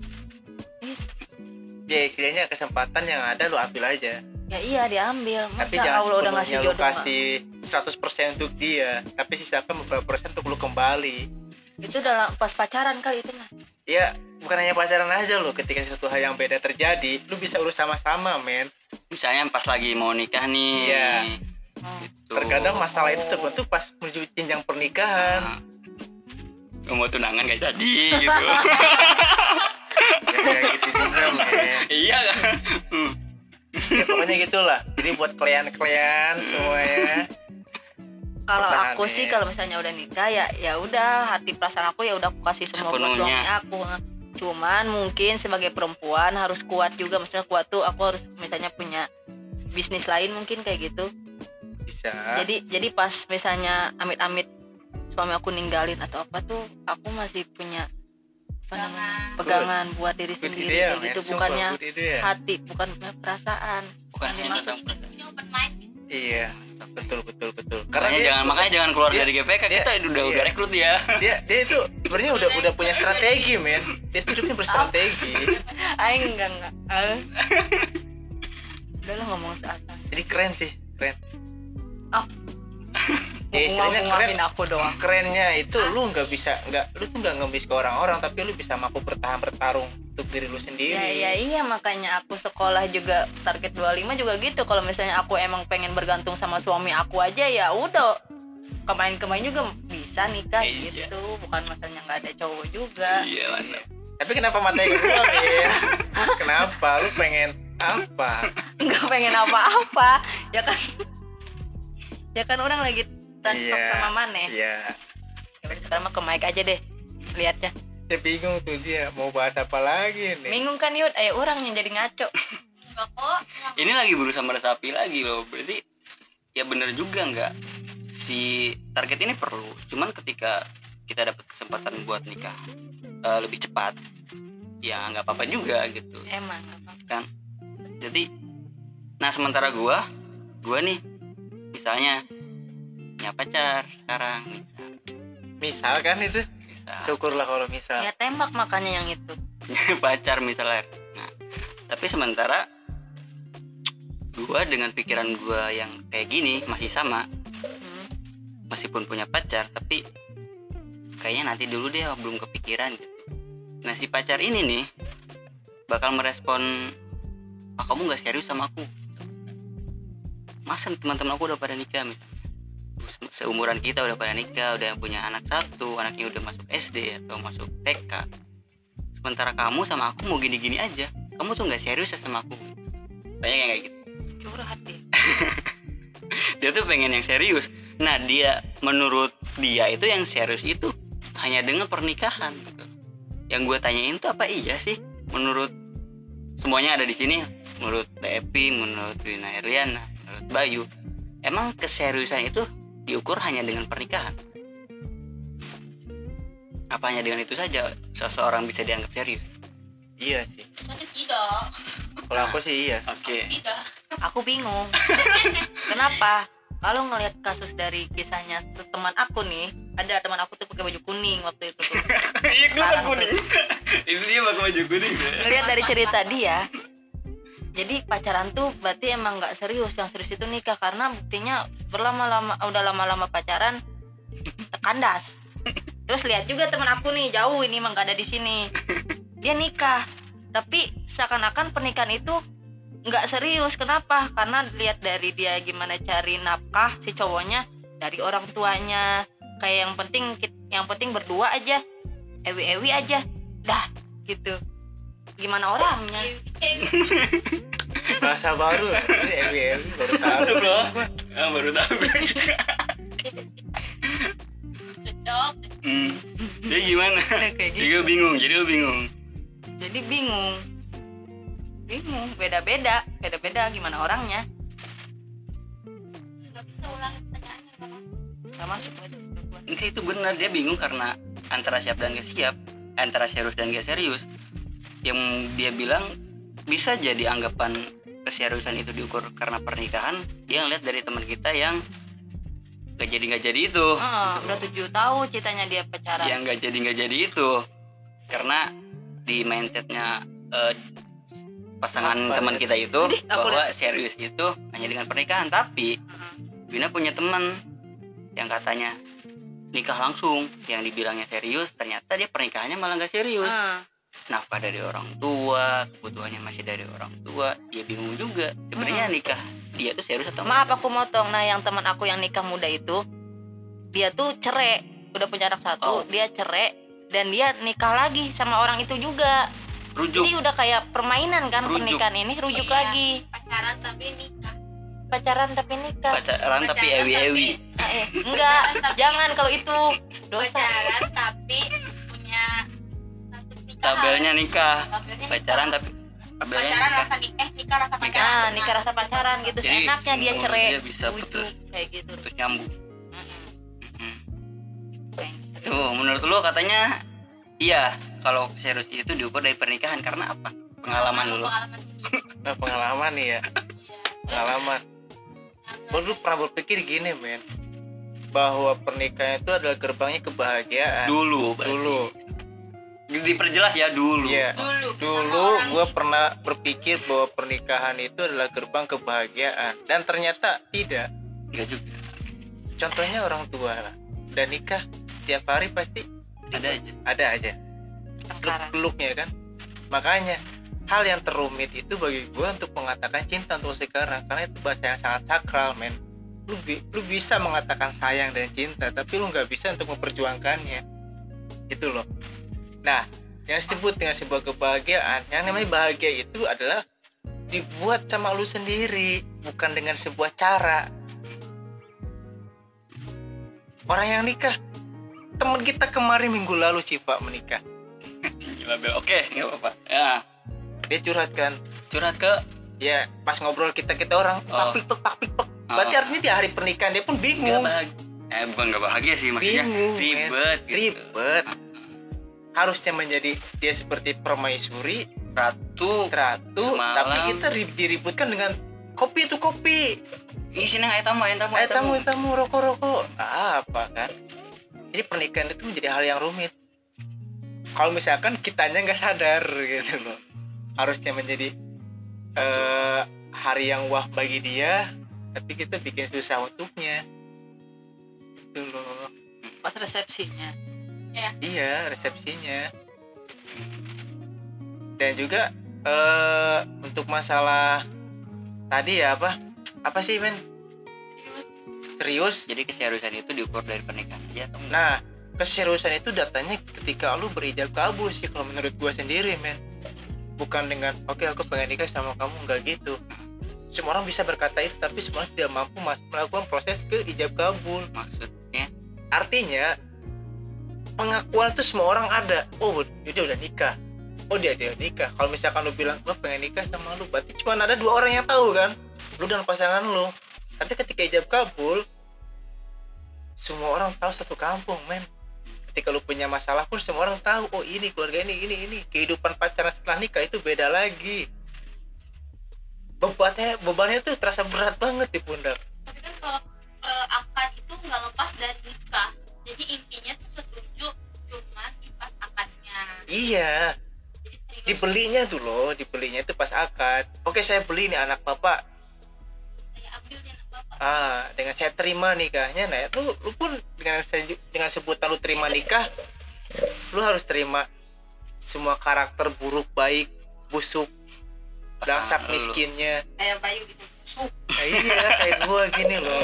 Ya istilahnya kesempatan yang ada lu ambil aja. Ya iya diambil. Tapi Masa jangan Allah udah ngasih sepenuhnya lu jodoh mah. kasih 100% untuk dia, tapi sisakan beberapa persen untuk lu kembali. Itu dalam pas pacaran kali itu mah. Ya bukan hanya pacaran aja lo, ketika suatu hal yang beda terjadi lu bisa urus sama-sama, men. Misalnya pas lagi mau nikah nih. Iya. Gitu. Terkadang masalah itu terbentuk pas menuju jenjang pernikahan. Mau tunangan gak jadi gitu. Ya, kayak gitu juga, men. Iya kan? Ya, pokoknya gitulah. Jadi buat kalian semuanya, Kalau pertahanin. aku sih kalau misalnya udah nikah ya udah, hati perasaan aku ya udah aku kasih semua buat Sepenuhnya. suami aku. Cuman mungkin sebagai perempuan harus kuat juga. Maksudnya kuat tuh aku harus misalnya punya bisnis lain mungkin kayak gitu. bisa. Jadi pas misalnya amit-amit suami aku ninggalin atau apa tuh, aku masih punya apa namanya, pegangan buat diri Good sendiri idea, kayak gitu. men. Sumpah, Bukannya good idea. hati, bukan perasaan. Bukan hanya dimaksud. tentang Hidupnya open mind. Iya, betul. Makanya jangan keluar dia- dari GPK, kita dia- udah iya. rekrut ya. dia itu sebenarnya udah punya strategi, men. Dia tuh hidupnya berstrategi. Aing enggak. Udah lah ngomong seakan. Jadi keren sih, keren. Ah. Ya istilahnya keren. Ngomongin aku doang. Kerennya itu lu lu tuh nggak ngemis ke orang-orang, tapi lu bisa mampu bertarung untuk diri lu sendiri. Iya makanya aku sekolah juga target 25 juga gitu. Kalau misalnya aku emang pengen bergantung sama suami aku aja ya udah, kemain juga bisa nikah Iya. gitu. Bukan masalahnya nggak ada cowok juga. Iya, mantap. Tapi kenapa matanya gua, men? Kenapa? Lu pengen apa? Nggak pengen apa-apa ya kan. Ya kan orang lagi tangkap Iya. sama Maneh. Iya. Ya udah sekarang mah ke mic aja deh lihatnya. Dia bingung tuh, dia mau bahas apa lagi nih. Bingung kan Yud? Orang yang jadi ngaco. Enggak kok. Ini lagi berusaha meresapi lagi loh. Berarti ya bener juga nggak, si target ini perlu. Cuman ketika kita dapat kesempatan buat nikah lebih cepat, ya nggak apa-apa juga gitu. Emang apa? Jadi, nah sementara gua nih misalnya punya pacar sekarang, Misal kan itu, misal syukurlah kalau misal. Ya tembak makanya yang itu. pacar misalnya. Nah, tapi sementara gua dengan pikiran gua yang kayak gini masih sama, meskipun punya pacar, tapi kayaknya nanti dulu deh, belum kepikiran gitu. Nah si pacar ini nih bakal merespon, kamu nggak serius sama aku. Masa teman-teman aku udah pada nikah misalnya, seumuran kita udah pada nikah, udah punya anak satu, anaknya udah masuk SD atau masuk TK, sementara kamu sama aku mau gini-gini aja, kamu tuh nggak serius ya sama aku. Banyak yang kayak gitu. Curhat deh. Dia tuh pengen yang serius. Nah, menurut dia itu yang serius itu hanya dengan pernikahan gitu. Yang gue tanyain tuh apa iya sih menurut semuanya ada di sini, menurut Tepi, menurut Rina Heriana, menurut Bayu, emang keseriusan itu diukur hanya dengan pernikahan? Apa hanya dengan itu saja seseorang bisa dianggap serius? Iya sih. Soalnya tidak. Kalau aku sih iya. Oke. Tidak. Aku bingung. Kenapa? Kalau ngelihat kasus dari kisahnya teman aku nih, ada teman aku tuh pakai baju kuning waktu itu tuh. Iya, gue Sekarang kuning. Ini dia pakai baju kuning ya. Ngelihat dari cerita dia, jadi pacaran tuh berarti emang nggak serius. Yang serius itu nikah, karena buktinya udah lama-lama pacaran kandas. Terus lihat juga teman aku nih, jauh ini emang nggak ada di sini. Dia nikah, tapi seakan-akan pernikahan itu nggak serius. Kenapa? Karena lihat dari dia gimana cari nafkah si cowoknya dari orang tuanya. Kayak yang penting berdua aja, ewi-ewi aja, dah gitu. Gimana orangnya? Bahasa baru ini ewi baru tahu. Bro. Baru tahu. Cocok. Jadi gimana? Udah kayak gitu. Jadi lu bingung. Jadi bingung, beda-beda gimana orangnya. Nggak bisa ulang pertanyaannya, nggak mau. Nggak masuk itu. Enggak, itu benar, dia bingung karena antara siap dan gak siap, antara serius dan gak serius. Yang dia bilang bisa jadi anggapan keseriusan itu diukur karena pernikahan. Dia ngeliat dari teman kita yang gak jadi itu. Udah 7 tahun ceritanya dia pacaran. Yang gak jadi itu karena di mindsetnya pasangan teman kita itu bahwa serius itu hanya dengan pernikahan. Tapi Bina punya teman yang katanya nikah langsung, yang dibilangnya serius, ternyata dia pernikahannya malah gak serius. Nafkah dari orang tua, kebutuhannya masih dari orang tua, dia bingung juga sebenarnya nikah dia tuh serius atau Maaf aku motong. Nah, yang teman aku yang nikah muda itu, dia tuh cerai, udah punya anak satu, dia cerai dan dia nikah lagi sama orang itu juga. rujuk. Jadi udah kayak permainan kan, Rujuk. pernikahan ini rujuk Iya, lagi. Pacaran tapi nikah. Pacaran tapi nikah. Pacaran tapi ewi-ewi. Enggak, jangan kalau itu dosa. Pacaran tapi punya status nikah. Tabelnya nikah. Tabelnya Pacaran nikah. tapi tabelnya Pacaran nikah. rasa nikah rasa pacaran. Nah, nikah rasa pacaran gitu. Jadi, Seenaknya dia simpel, cerai, dia bisa rujuk putus. kayak gitu. Terus nyambung. Mm-mm. Kayak gitu. Tuh, menurut lu katanya iya, kalau serius itu diukur dari pernikahan karena apa? Pengalaman dulu. Pengalaman sendiri. Nah, pengalaman nih ya, pengalaman. Gue dulu pernah berpikir gini men, bahwa pernikahan itu adalah gerbangnya kebahagiaan. Dulu. Diperjelas ya dulu. Iya. Dulu gue pernah berpikir bahwa pernikahan itu adalah gerbang kebahagiaan, dan ternyata tidak. Enggak juga. Contohnya orang tua lah, udah nikah tiap hari pasti ada aja Sekarang. peluknya kan. Makanya hal yang terumit itu bagi gue untuk mengatakan cinta untuk sekarang, karena itu bahasa yang sangat sakral men. Lu bisa mengatakan sayang dan cinta, tapi lu nggak bisa untuk memperjuangkannya, itu loh. Nah, yang disebut dengan sebuah kebahagiaan, yang namanya bahagia itu adalah dibuat sama lu sendiri, bukan dengan sebuah cara. Orang yang nikah, teman kita kemarin minggu lalu Siva menikah, Gila, Bel. Oke, enggak apa-apa. Ya, dia curhat kan, curhat ke ya pas ngobrol kita orang Oh. pak pik. Berarti artinya di hari pernikahan dia pun enggak bingung. bahagia. Bukan enggak bahagia sih maksudnya. Bingung, men. Ribet gitu. Ribet. Harusnya menjadi dia seperti permaisuri, Ratu. ratu, Semalam. tapi kita diributkan dengan kopi itu kopi, Ini sini air tamu. tamu rokok. Apa kan? Jadi pernikahan itu menjadi hal yang rumit. Kalau misalkan kitanya nggak sadar gitu loh, harusnya menjadi hari yang wah bagi dia, tapi kita bikin susah untuknya. Itu loh. Pas resepsinya. Iya, resepsinya. Dan juga Untuk masalah tadi ya apa sih men? Serius? Jadi keseriusan itu diukur dari pernikahan aja atau enggak? Nah, keseriusan itu datanya ketika lu berijab kabul sih kalau menurut gua sendiri men. Bukan dengan oke, aku pengen nikah sama kamu, enggak gitu. Semua orang bisa berkata itu, tapi semua orang tidak mampu melakukan proses ke ijab kabul. Maksudnya Artinya pengakuan itu semua orang ada. Oh, dia udah nikah. Oh, dia nikah. Kalau misalkan lu bilang gua pengen nikah sama lu, berarti cuma ada 2 orang yang tahu kan, lu dan pasangan lu. Tapi ketika ijab kabul, semua orang tahu satu kampung men. Ketika lu punya masalah pun semua orang tahu, oh ini keluarga ini. Kehidupan pacaran setelah nikah itu beda lagi. Bebannya tuh terasa berat banget di pundak. Tapi kan kalau akad itu nggak lepas dari nikah, jadi intinya tuh setuju cuma di pas akadnya. Iya, Jadi serius. dibelinya itu pas akad. Oke, saya beli nih anak bapak. Saya ambil nih anak bapak. Dengan saya terima nikahnya, nah itu lu pun dengan sebutan lu terima nikah, lu harus terima semua karakter buruk, baik, busuk, dasar Pasangan lu. miskinnya. Kayak Bayu gitu. Nah, iya, kayak gua gini loh.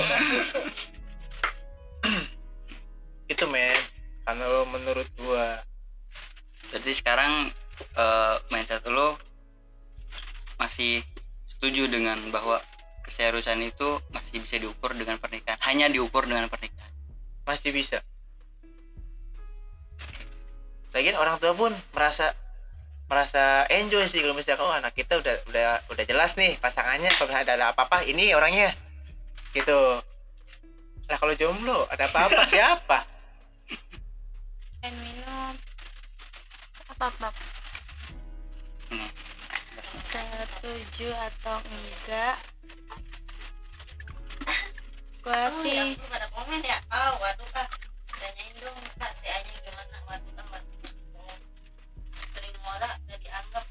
Itu men, karena lo menurut gua. Berarti sekarang mindset lo masih setuju dengan bahwa keseriusan itu masih bisa diukur dengan pernikahan, hanya diukur dengan pernikahan. Masih bisa. Lagian orang tua pun merasa enjoy sih kalau misalkan anak kita udah jelas nih pasangannya, kalau ada apa-apa ini orangnya gitu. Nah kalau jomblo ada apa-apa siapa? Pengen minum. Apa? Ini Setuju atau enggak? Gua sih Yang lu pada komen ya? Oh, waduh kak. Tanyain dong kak, TA-nya gimana? Waduh kak. Sering moda gak dianggap.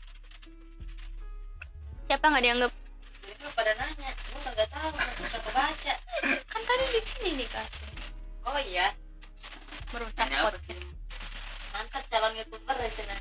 siapa nggak dianggap? Mereka pada nanya, gue kagak tahu, bisa kebaca. Kan tadi di sini dikasih. Oh iya, Merusak Tanya apa podcast. mantap calon YouTuber aja kan.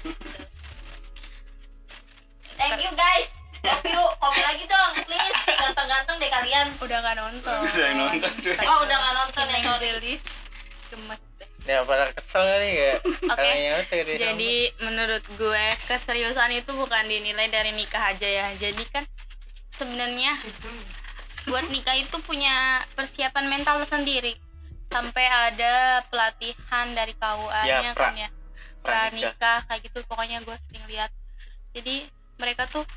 Thank you guys. Love you. Komen lagi dong, please. Ganteng-ganteng deh kalian. Udah nggak nonton. Udah nonton. Oh, udah nggak nonton ya, Yang sorry. rilis gemes deh. Ya pada kesel nih ya. Oke. Jadi Jadi menurut gue keseriusan itu bukan dinilai dari nikah aja ya. Jadi kan sebenarnya buat nikah itu punya persiapan mental sendiri. Sampai ada pelatihan dari KUA-nya Ya, kan ya. Pranikah kayak gitu, pokoknya gue sering lihat. Jadi mereka tuh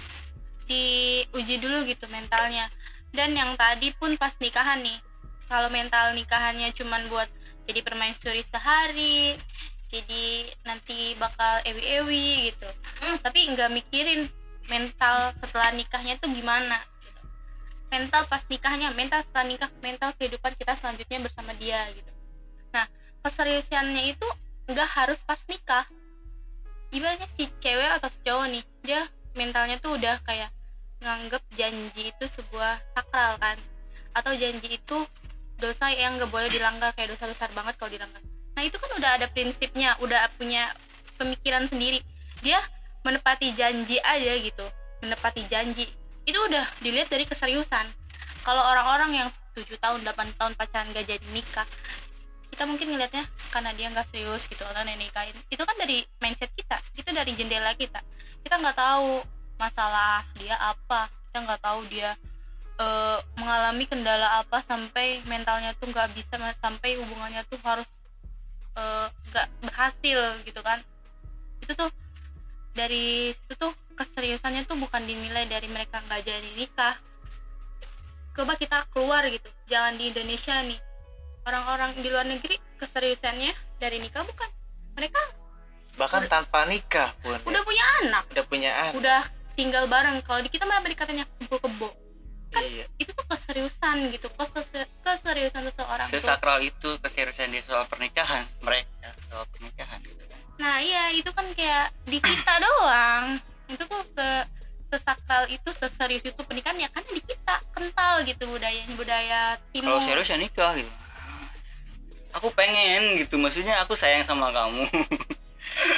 diuji dulu gitu mentalnya. Dan yang tadi pun pas nikahan nih, kalau mental nikahannya cuman buat jadi permaisuri sehari, jadi nanti bakal ewi-ewi gitu, tapi nggak mikirin mental setelah nikahnya tuh gimana gitu. Mental pas nikahnya, mental setelah nikah, mental kehidupan kita selanjutnya bersama dia gitu. Nah, keseriusannya itu nggak harus pas nikah. Ibaratnya si cewek atau si cowok nih, dia mentalnya tuh udah kayak nganggep janji itu sebuah sakral kan, atau janji itu dosa yang nggak boleh dilanggar, kayak dosa besar banget kalau dilanggar. Nah itu kan udah ada prinsipnya, udah punya pemikiran sendiri. Dia menepati janji aja gitu, menepati janji itu udah dilihat dari keseriusan. Kalau orang-orang yang 7 tahun 8 tahun pacaran gak jadi nikah, kita mungkin ngelihatnya karena dia nggak serius gitu, atau nikahin. Itu kan dari mindset kita, itu dari jendela kita. Kita nggak tahu masalah dia apa, kita nggak tahu dia mengalami kendala apa sampai mentalnya tuh nggak bisa, sampai hubungannya tuh harus nggak berhasil gitu kan. Itu tuh dari situ tuh keseriusannya tuh bukan dinilai dari mereka nggak jadi nikah. Coba kita keluar gitu, jangan di Indonesia nih, orang-orang di luar negeri keseriusannya dari nikah bukan, mereka bahkan tanpa nikah pun udah punya anak, udah punya anak. udah tinggal bareng. Kalau di kita malah dikatanya kumpul kebo. Kan Iya. itu tuh keseriusan gitu, keseriusan seseorang tuh. Sesakral itu keseriusan di soal pernikahan mereka, soal pernikahan gitu kan. Nah iya, itu kan kayak di kita doang. Itu tuh sesakral itu, seserius itu pernikahan ya, karena di kita kental gitu budaya timur. Kalau serius ya nikah gitu. Aku pengen gitu, maksudnya aku sayang sama kamu.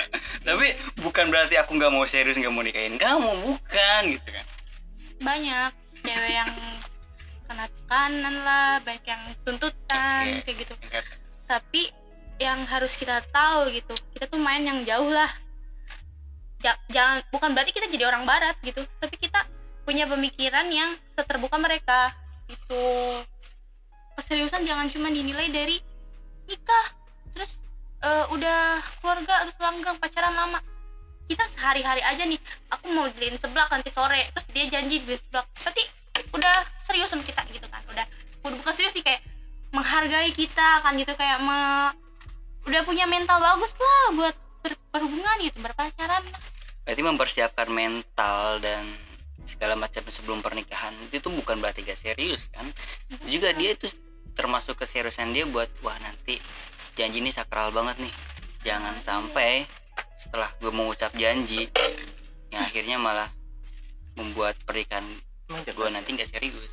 Tapi bukan berarti aku nggak mau serius, nggak mau nikahin kamu, bukan gitu kan. Banyak cewek yang kena tekanan lah, banyak yang tuntutan Oke. kayak gitu. Tapi yang harus kita tahu gitu, kita tuh main yang jauh lah. Jangan, bukan berarti kita jadi orang barat gitu, tapi kita punya pemikiran yang seterbuka mereka gitu. Keseriusan jangan cuma dinilai dari nikah terus udah keluarga atau langgeng pacaran lama. Kita sehari-hari aja nih, aku mau beliin seblak nanti sore, terus dia janji beli seblak, berarti udah serius sama kita gitu kan. Udah bukan serius sih, kayak menghargai kita kan gitu, kayak udah punya mental bagus lah buat berhubungan gitu, berpacaran. Berarti mempersiapkan mental dan segala macam sebelum pernikahan itu bukan berarti gak serius kan. Juga dia itu termasuk keseriusan dia buat, wah nanti janji ini sakral banget nih, jangan sampai setelah gue mengucap janji yang akhirnya malah membuat pernikahan gue nanti gak serius.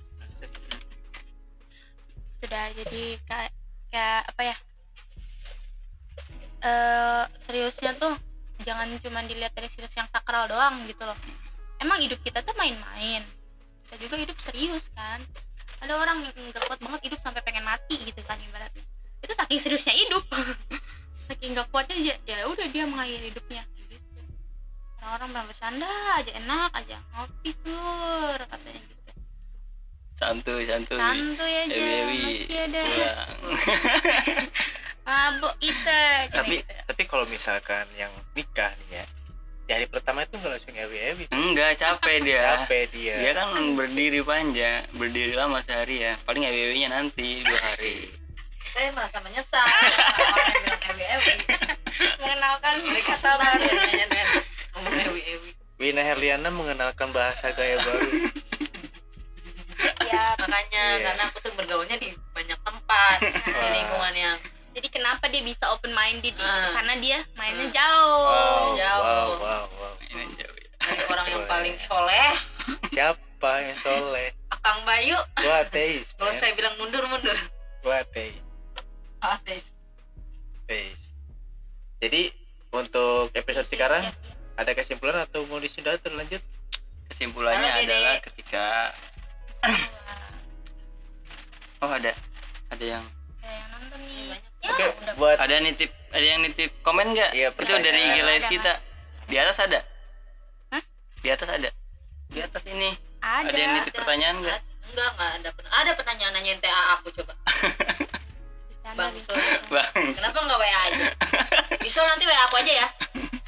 Sudah jadi kayak apa ya, seriusnya tuh jangan cuma dilihat dari serius yang sakral doang gitu loh. Emang hidup kita tuh main-main, kita juga hidup serius kan. Ada orang yang nggak kuat banget hidup sampai pengen mati gitu kan ibaratnya, itu saking seriusnya hidup. Saking nggak kuatnya ya udah dia mengakhiri hidupnya gitu. Orang-orang bilang bercanda aja, enak aja, ngopi sur katanya gitu. Santuy Santuy aja, Ewi. masih ada Pulang. mabuk kita. Tapi kalau misalkan yang nikah nih ya, di hari pertama itu nggak langsung ewi-ewi. Enggak, capek dia. Capek dia. Dia kan berdiri panjang, berdiri lama sehari ya. Paling EWW-nya nanti 2 hari. Saya merasa menyesal orang yang bilang ewi-ewi. Mengenalkan Mereka sabar ya dengan ngomong ewi-ewi. Wina Herliana mengenalkan bahasa gaya baru. Ya makanya Iya. karena aku tuh bergaulnya di banyak tempat, di lingkungan yang jadi kenapa dia bisa open minded karena dia mainnya Hmm. jauh. Jauh. Wow. Ini jauh ya. dari orang yang Boleh. paling soleh, Siapa yang soleh? Akang Bayu. Gua ateis. Kalau man. saya bilang mundur, Gua ateis. ateis. Ateis. Jadi untuk episode sekarang Iya. ada kesimpulan atau mau disudah lanjut? Kesimpulannya Halo, Dede. adalah ketika ada yang Ada yang nonton nih. Banyak. Ya, Oke, udah. buat ada yang nitip komen nggak? Iya, Itu dari IG pertanyaan. live kita. Di atas ada? Hah? Di atas ada? Di atas ini Ada. ada yang nitip pertanyaan nggak? Enggak ada pertanyaan nanyain TA aku coba. Bercanda, Bang bisa. Sul. Bang. Kenapa enggak WA aja? Bisa nanti WA aku aja ya.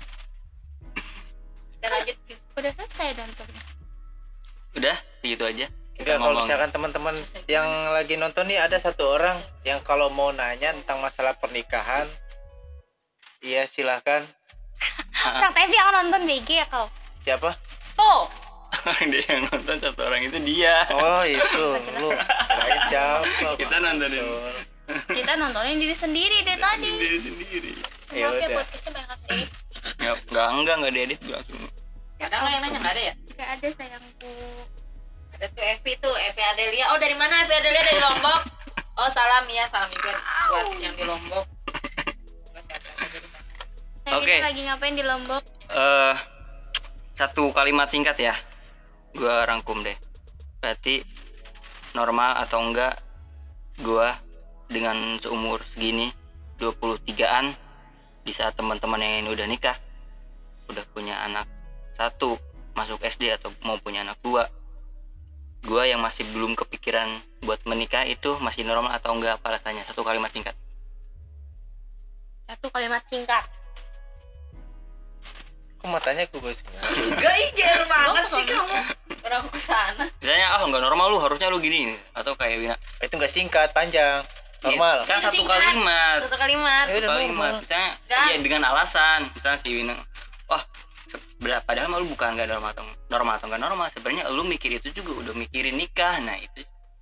Kita lanjut. Udah selesai nontonnya. Udah, segitu aja. Kita enggak, kalau ngomong. misalkan teman-teman yang lagi nonton nih ada satu orang yang kalau mau nanya tentang masalah pernikahan, iya silahkan. Orang TV yang nonton BG ya kau. Siapa? Tuh. Dia yang nonton satu orang itu dia. Oh itu Nggak jelas. lu. Kirain siapa? Kita nontonin. Sul. Kita nontonin diri sendiri deh tadi. Diri sendiri. Ya Maaf ya udah. podcastnya banyak edit. Enggak diedit langsung. Kadang lo yang nanya enggak ada ya? Gak ada sayangku. Ada tuh Evi Adelia. Oh, dari mana Evi Adelia? Dari Lombok. Oh, salam ya, salam juga buat yang di Lombok. Nggak sehat-sehat aja di sana. Saya Oke. ini lagi ngapain di Lombok? Satu kalimat singkat ya. Gua rangkum deh. Berarti normal atau enggak gua dengan seumur segini 23-an di saat teman-teman yang ini udah nikah, udah punya anak 1, masuk SD atau mau punya anak 2, gua yang masih belum kepikiran buat menikah itu masih normal atau enggak, apa rasanya? Satu kalimat singkat. Satu kalimat singkat. Kok matanya gue bagus Enggak ijer banget sih kamu. Orang aku kesana. Misalnya enggak normal lu, harusnya lu gini atau kayak Wina. Itu nggak singkat, panjang, normal. Misalnya Itu satu singkat. kalimat. Satu kalimat. Ya udah, Kalimat normal. misalnya Enggak. iya dengan alasan, misalnya si Wina, wah padahal mah lu bukan nggak normal atau nggak normal, sebenarnya lu mikir itu juga udah mikirin nikah. Nah itu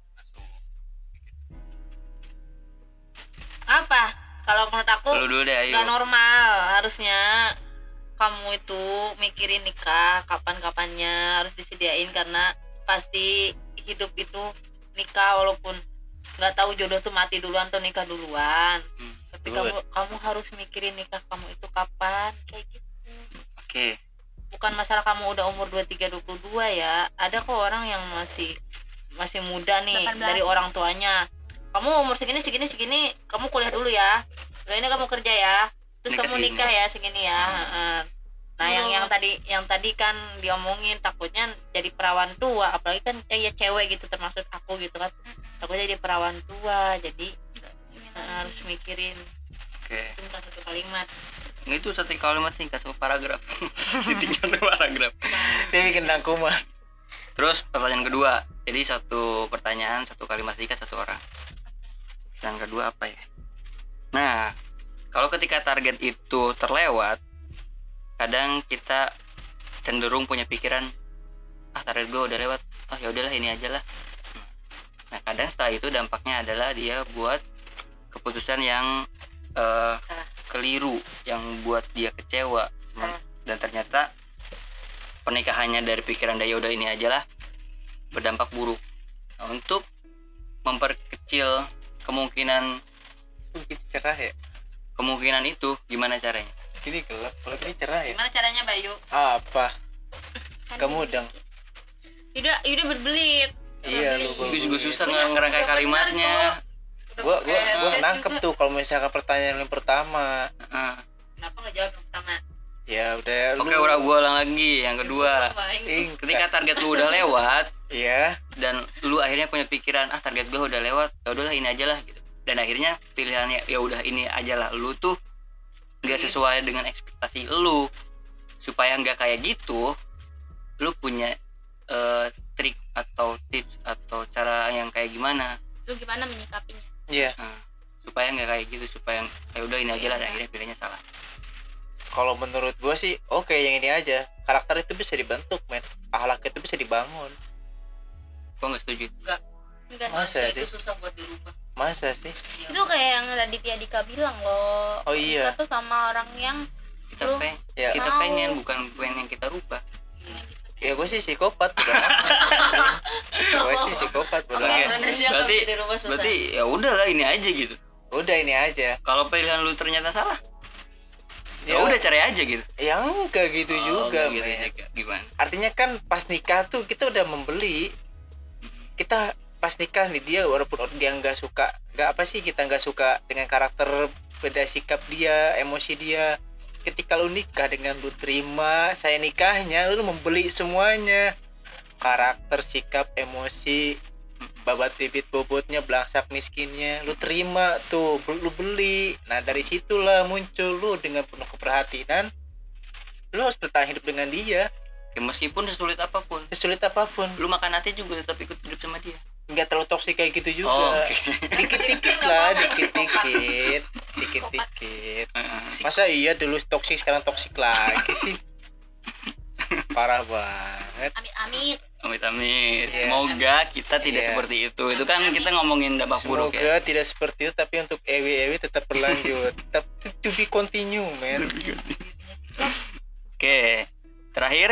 Apa? Kalau menurut aku lu dulu deh, ayo. nggak normal. Harusnya kamu itu mikirin nikah kapan-kapannya harus disediain, karena pasti hidup itu nikah, walaupun nggak tahu jodoh tuh mati duluan atau nikah duluan. Hmm. Tapi kamu harus mikirin nikah kamu itu kapan kayak gitu. Oke. Bukan masalah kamu udah umur 23 22 ya. Ada kok orang yang masih muda nih 18. dari orang tuanya. Kamu umur segini kamu kuliah dulu ya. Udah ini kamu kerja ya. Terus Nikah kamu segini. nikah ya segini ya. Heeh. Nah, yang tadi kan diomongin takutnya jadi perawan tua, apalagi kan ya cewek gitu termasuk aku gitu kan. Takutnya jadi perawan tua. Jadi harus mikirin. Oke. Itu bukan satu kalimat. Itu satu kalimat singkat satu paragraf. Titik satu paragraf. Dia bikin rangkuman. Terus pertanyaan kedua. Jadi satu pertanyaan, satu kalimat singkat satu orang. Yang kedua apa ya? Nah, kalau ketika target itu terlewat, kadang kita cenderung punya pikiran, target gue udah lewat, ya udahlah ini aja lah. Nah, kadang setelah itu dampaknya adalah dia buat keputusan yang keliru, yang buat dia kecewa, dan ternyata pernikahannya dari pikiran dia udah ini aja lah berdampak buruk. Nah, untuk memperkecil kemungkinan Cerah ya. itu gimana caranya? Gini gelap, kalau gini cerah ya. Gimana caranya, Bayu? Apa? Kamu udang. Yuda berbelit. Iya, lu Gue juga susah ngerangkai kalimatnya. Gua nangkep tuh kalau misalkan pertanyaan yang pertama. Kenapa nggak jawab yang pertama? Ya udah Oke, udah gue ulang lagi yang kedua. Ketika target lu udah lewat, Iya. dan lu akhirnya punya pikiran, target gue udah lewat, ya udahlah ini aja lah gitu. Dan akhirnya pilihannya ya udah ini aja lah. Lu tuh nggak sesuai dengan ekspektasi lu. Supaya nggak kayak gitu, lu punya trik atau tips atau cara yang kayak gimana? Lu gimana menyikapinya? Iya. Supaya nggak kayak gitu, supaya ya udah ini aja lah. Dan akhirnya pilihannya salah. Kalau menurut gua sih oke yang ini aja. Karakter itu bisa dibentuk, men. Akhlak itu bisa dibangun. Gua nggak setuju. Enggak. Masa Itu sih? susah buat dirubah. Masa sih? Itu kayak yang Raditya Dika bilang loh. Oh iya. Kita tuh sama orang yang Kita Lu- Ya. kita Mau. pengen, bukan yang kita rubah. Ya gue sih psikopat. Gue sih psikopat. Oke. Indonesia kalau Berarti- dirubah susah. Berarti ya udahlah ini aja gitu. Udah ini aja. Kalau pilihan lu ternyata salah, Ya, ya udah cari aja gitu. Ya enggak gitu juga, gitu men. juga. Gimana? Artinya kan pas nikah tuh kita udah membeli. Kita pas nikah nih dia walaupun dia nggak suka, kita nggak suka dengan karakter, beda sikap dia, emosi dia. Ketika lu nikah dengan lu terima saya nikahnya, lu membeli semuanya. Karakter, sikap, emosi, babat bibit bobotnya, belangsak miskinnya, lu terima tuh, lu beli. Nah dari situlah muncul lu dengan penuh keperhatian. Lu harus bertahan hidup dengan dia, Ya, meskipun sesulit apapun, sesulit apapun. lu makan hati juga tetap ikut hidup sama dia. Nggak terlalu toksik kayak gitu juga. Oh, oke. Dikit-dikit lah, dikit-dikit. Masa iya dulu toksik sekarang toksik lagi sih? Parah banget. amit-amit. Amit-amit. Iya. Semoga kita tidak Iya. seperti itu. Itu kan kita ngomongin dampak buruk ya. Semoga tidak seperti itu, tapi untuk ewi tetap berlanjut. Tetap to be continue, man. Oke. Terakhir,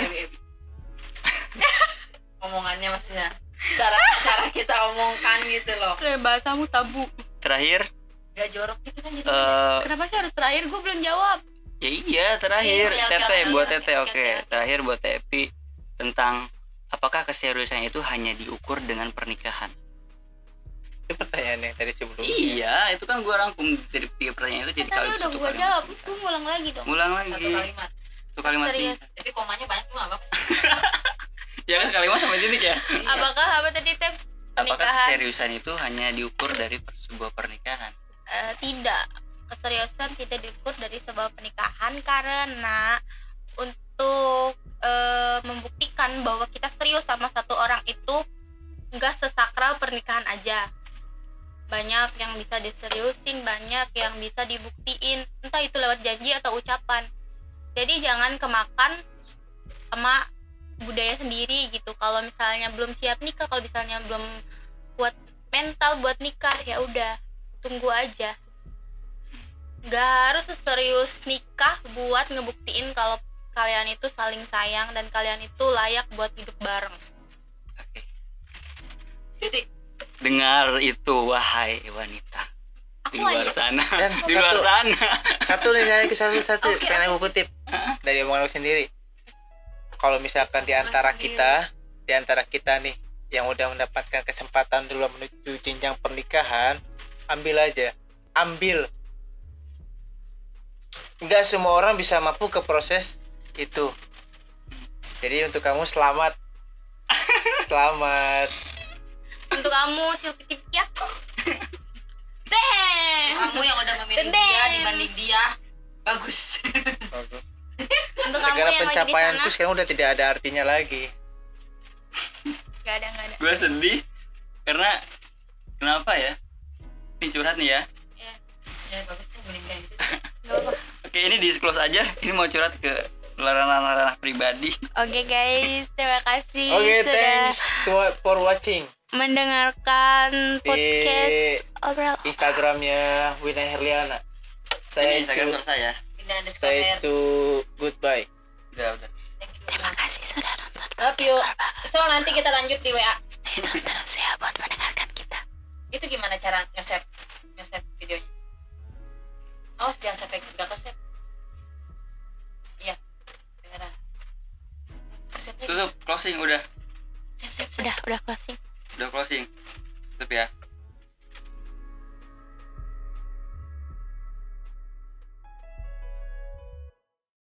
Omongannya maksudnya. Cara kita omongkan gitu loh. Kayak bahasamu tabu. terakhir Gak jorok gitu kan jadi. Kenapa sih harus terakhir? Gue belum jawab. ya iya terakhir Iya, oke, Tete oke, buat oke, Tete oke, oke. oke. Terakhir buat Tepi tentang apakah keseriusan itu hanya diukur dengan pernikahan? Itu pertanyaannya tadi sebelumnya. Iya, itu kan gua rangkum dari 3 pertanyaan itu jadi Tadi udah satu gue kalimat jawab. singkat. Gue ngulang lagi dong. Ngulang Satu lagi. kalimat. Satu kalimat Serius. singkat. Tapi komanya banyak tuh apa sih? Ya kan kalimat sama titik ya. Iya. Apakah apa tadi Tep? Apakah Pernikahan? keseriusan itu hanya diukur dari sebuah pernikahan? Tidak. Keseriusan tidak diukur dari sebuah pernikahan karena untuk membuktikan bahwa kita serius sama satu orang itu nggak sesakral pernikahan aja. Banyak yang bisa diseriusin, banyak yang bisa dibuktiin, entah itu lewat janji atau ucapan. Jadi jangan kemakan sama budaya sendiri gitu. Kalau misalnya belum siap nikah, kalau misalnya belum kuat mental buat nikah, ya udah tunggu aja. Gak harus seserius nikah buat ngebuktiin kalau kalian itu saling sayang dan kalian itu layak buat hidup bareng. Jadi Dengar itu wahai wanita. aku Di luar aja. sana. Dan Di luar sana. satu nih nyari satu Oke, pengen aku oke. kutip dari omongan aku sendiri. Kalau misalkan di antara kita nih yang udah mendapatkan kesempatan dulu menuju jenjang pernikahan, ambil aja, ambil. Nggak semua orang bisa mampu ke proses itu. Jadi untuk kamu selamat, selamat. Untuk kamu silpiti aku. Damn. Kamu yang udah memilih Bebek. dia dibanding dia, bagus. Bagus. Untuk kamu Segala yang lagi di pencapaianku sana. sekarang udah tidak ada artinya lagi. Gak ada. Gue sedih karena kenapa ya? Ini curhat nih ya. Ya bagus tuh menikah itu. Gak apa. Oke, ini disclose aja. Ini mau curhat ke ranah-ranah pribadi. Oke guys, terima kasih Oke, sudah thanks for watching mendengarkan podcast obrol. Instagramnya Wina Herliana. Ini Saya Instagram itu, saya. Tidak ada saya scorer. itu goodbye. Udah. Terima kasih sudah nonton Love you. So nanti kita lanjut di WA. Stay tune terus ya buat mendengarkan kita. Itu gimana cara nge-save videonya? Awas jangan sampai nggak ke-save. Iya. Beneran. Ke-save nih. Tutup, closing udah. Save. Udah closing. Udah closing. Tutup ya.